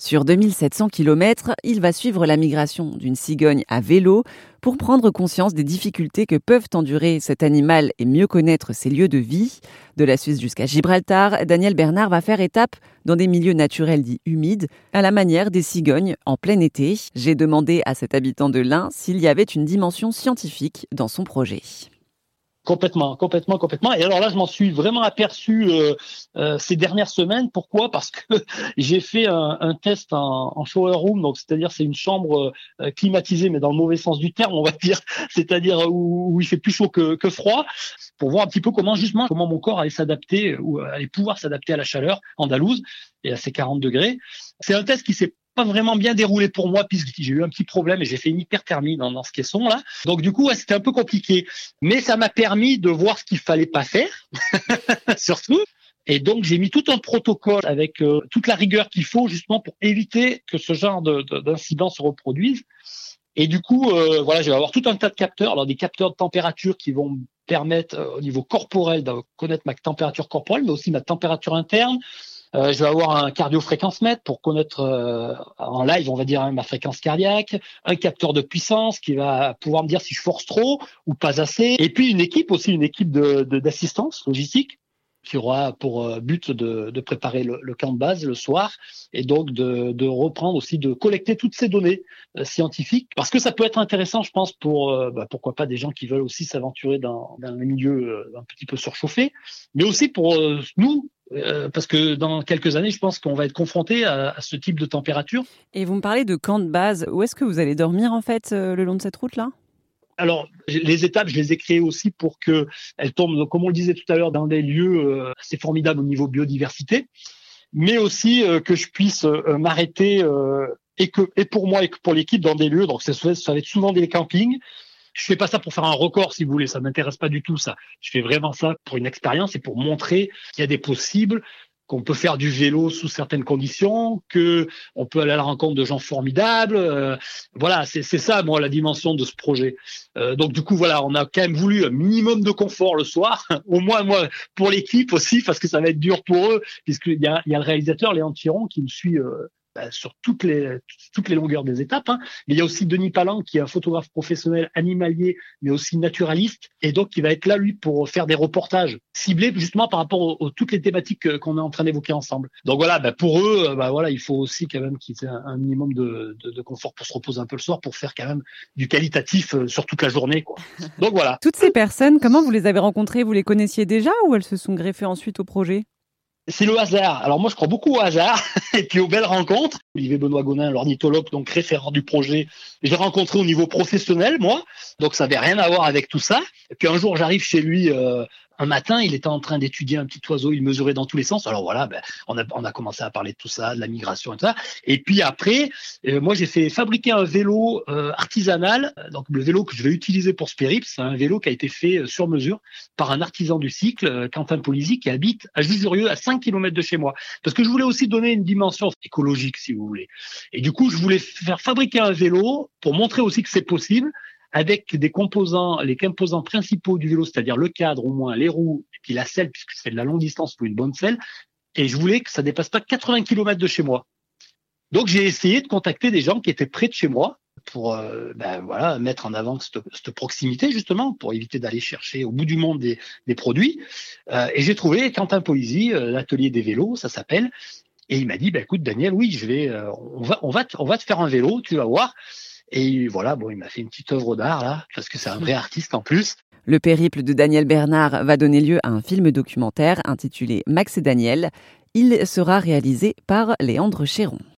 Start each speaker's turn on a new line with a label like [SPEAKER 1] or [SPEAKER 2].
[SPEAKER 1] Sur 2700 km, il va suivre la migration d'une cigogne à vélo pour prendre conscience des difficultés que peuvent endurer cet animal et mieux connaître ses lieux de vie. De la Suisse jusqu'à Gibraltar, Daniel Bernard va faire étape dans des milieux naturels dits humides, à la manière des cigognes en plein été. J'ai demandé à cet habitant de l'Ain s'il y avait une dimension scientifique dans son projet.
[SPEAKER 2] Complètement. Et alors là, je m'en suis vraiment aperçu ces dernières semaines. Pourquoi ? Parce que j'ai fait un test en shower room, donc c'est-à-dire c'est une chambre climatisée, mais dans le mauvais sens du terme, on va dire, c'est-à-dire où il fait plus chaud que froid, pour voir un petit peu comment mon corps allait s'adapter ou allait pouvoir s'adapter à la chaleur andalouse et à ces 40 degrés. C'est un test qui s'est pas vraiment bien déroulé pour moi puisque j'ai eu un petit problème et j'ai fait une hyperthermie dans ce caisson là. Donc du coup, c'était un peu compliqué. Mais ça m'a permis de voir ce qu'il fallait pas faire, surtout. Et donc j'ai mis tout un protocole avec toute la rigueur qu'il faut justement pour éviter que ce genre d'incident se reproduise. Et du coup, je vais avoir tout un tas de capteurs. Alors des capteurs de température qui vont me permettre au niveau corporel de connaître ma température corporelle, mais aussi ma température interne. Je vais avoir un cardio-fréquence-mètre pour connaître en live, on va dire, ma fréquence cardiaque, un capteur de puissance qui va pouvoir me dire si je force trop ou pas assez, et puis une équipe d'assistance logistique qui aura pour but de préparer le camp de base le soir et donc de reprendre aussi, de collecter toutes ces données scientifiques parce que ça peut être intéressant, je pense, pour pourquoi pas des gens qui veulent aussi s'aventurer dans un milieu un petit peu surchauffé, mais aussi pour nous. Parce que dans quelques années, je pense qu'on va être confronté à ce type de température.
[SPEAKER 1] Et vous me parlez de camp de base. Où est-ce que vous allez dormir en fait le long de cette route-là ?
[SPEAKER 2] Alors, les étapes, je les ai créées aussi pour que elles tombent, comme on le disait tout à l'heure, dans des lieux assez formidables au niveau biodiversité, mais aussi que je puisse m'arrêter et pour moi et que pour l'équipe dans des lieux. Donc, ça va être souvent des campings. Je fais pas ça pour faire un record, si vous voulez. Ça m'intéresse pas du tout, ça. Je fais vraiment ça pour une expérience et pour montrer qu'il y a des possibles, qu'on peut faire du vélo sous certaines conditions, que on peut aller à la rencontre de gens formidables. Voilà, c'est ça, moi, la dimension de ce projet. Donc, du coup, voilà, on a quand même voulu un minimum de confort le soir. Au moins, moi, pour l'équipe aussi, parce que ça va être dur pour eux, puisqu'il y a le réalisateur, Léon Thiron, qui me suit sur toutes les longueurs des étapes, hein. Mais il y a aussi Denis Palan qui est un photographe professionnel animalier mais aussi naturaliste et donc qui va être là lui pour faire des reportages ciblés justement par rapport aux toutes les thématiques qu'on est en train d'évoquer ensemble. Donc voilà, pour eux, il faut aussi quand même qu'ils aient un minimum de confort pour se reposer un peu le soir, pour faire quand même du qualitatif sur toute la journée, quoi. Donc voilà.
[SPEAKER 1] Toutes ces personnes, comment vous les avez rencontrées ? Vous les connaissiez déjà ou elles se sont greffées ensuite au projet ?
[SPEAKER 2] C'est le hasard. Alors moi, je crois beaucoup au hasard et puis aux belles rencontres. Olivier Benoît Gonin, l'ornithologue, donc référent du projet, je l'ai rencontré au niveau professionnel, moi. Donc ça n'avait rien à voir avec tout ça. Et puis un jour, j'arrive chez lui un matin, il était en train d'étudier un petit oiseau, il mesurait dans tous les sens. Alors voilà, on a commencé à parler de tout ça, de la migration et tout ça. Et puis après, moi j'ai fait fabriquer un vélo artisanal. Donc le vélo que je vais utiliser pour ce périple, c'est un vélo qui a été fait sur mesure par un artisan du cycle, Quentin Polisi, qui habite à Jusurieux, à 5 km de chez moi. Parce que je voulais aussi donner une dimension écologique, si vous voulez. Et du coup, je voulais faire fabriquer un vélo pour montrer aussi que c'est possible, avec les composants principaux du vélo, c'est-à-dire le cadre au moins, les roues, et puis la selle, puisque c'est de la longue distance pour une bonne selle. Et je voulais que ça dépasse pas 80 km de chez moi. Donc j'ai essayé de contacter des gens qui étaient près de chez moi pour mettre en avant cette proximité justement, pour éviter d'aller chercher au bout du monde des produits. Et j'ai trouvé Quentin Polisi, l'atelier des vélos, ça s'appelle. Et il m'a dit, écoute Daniel, oui, on va te faire un vélo, tu vas voir. Et voilà, il m'a fait une petite œuvre d'art là, parce que c'est un vrai artiste en plus.
[SPEAKER 1] Le périple de Daniel Bernard va donner lieu à un film documentaire intitulé Max et Daniel. Il sera réalisé par Léandre Chéron.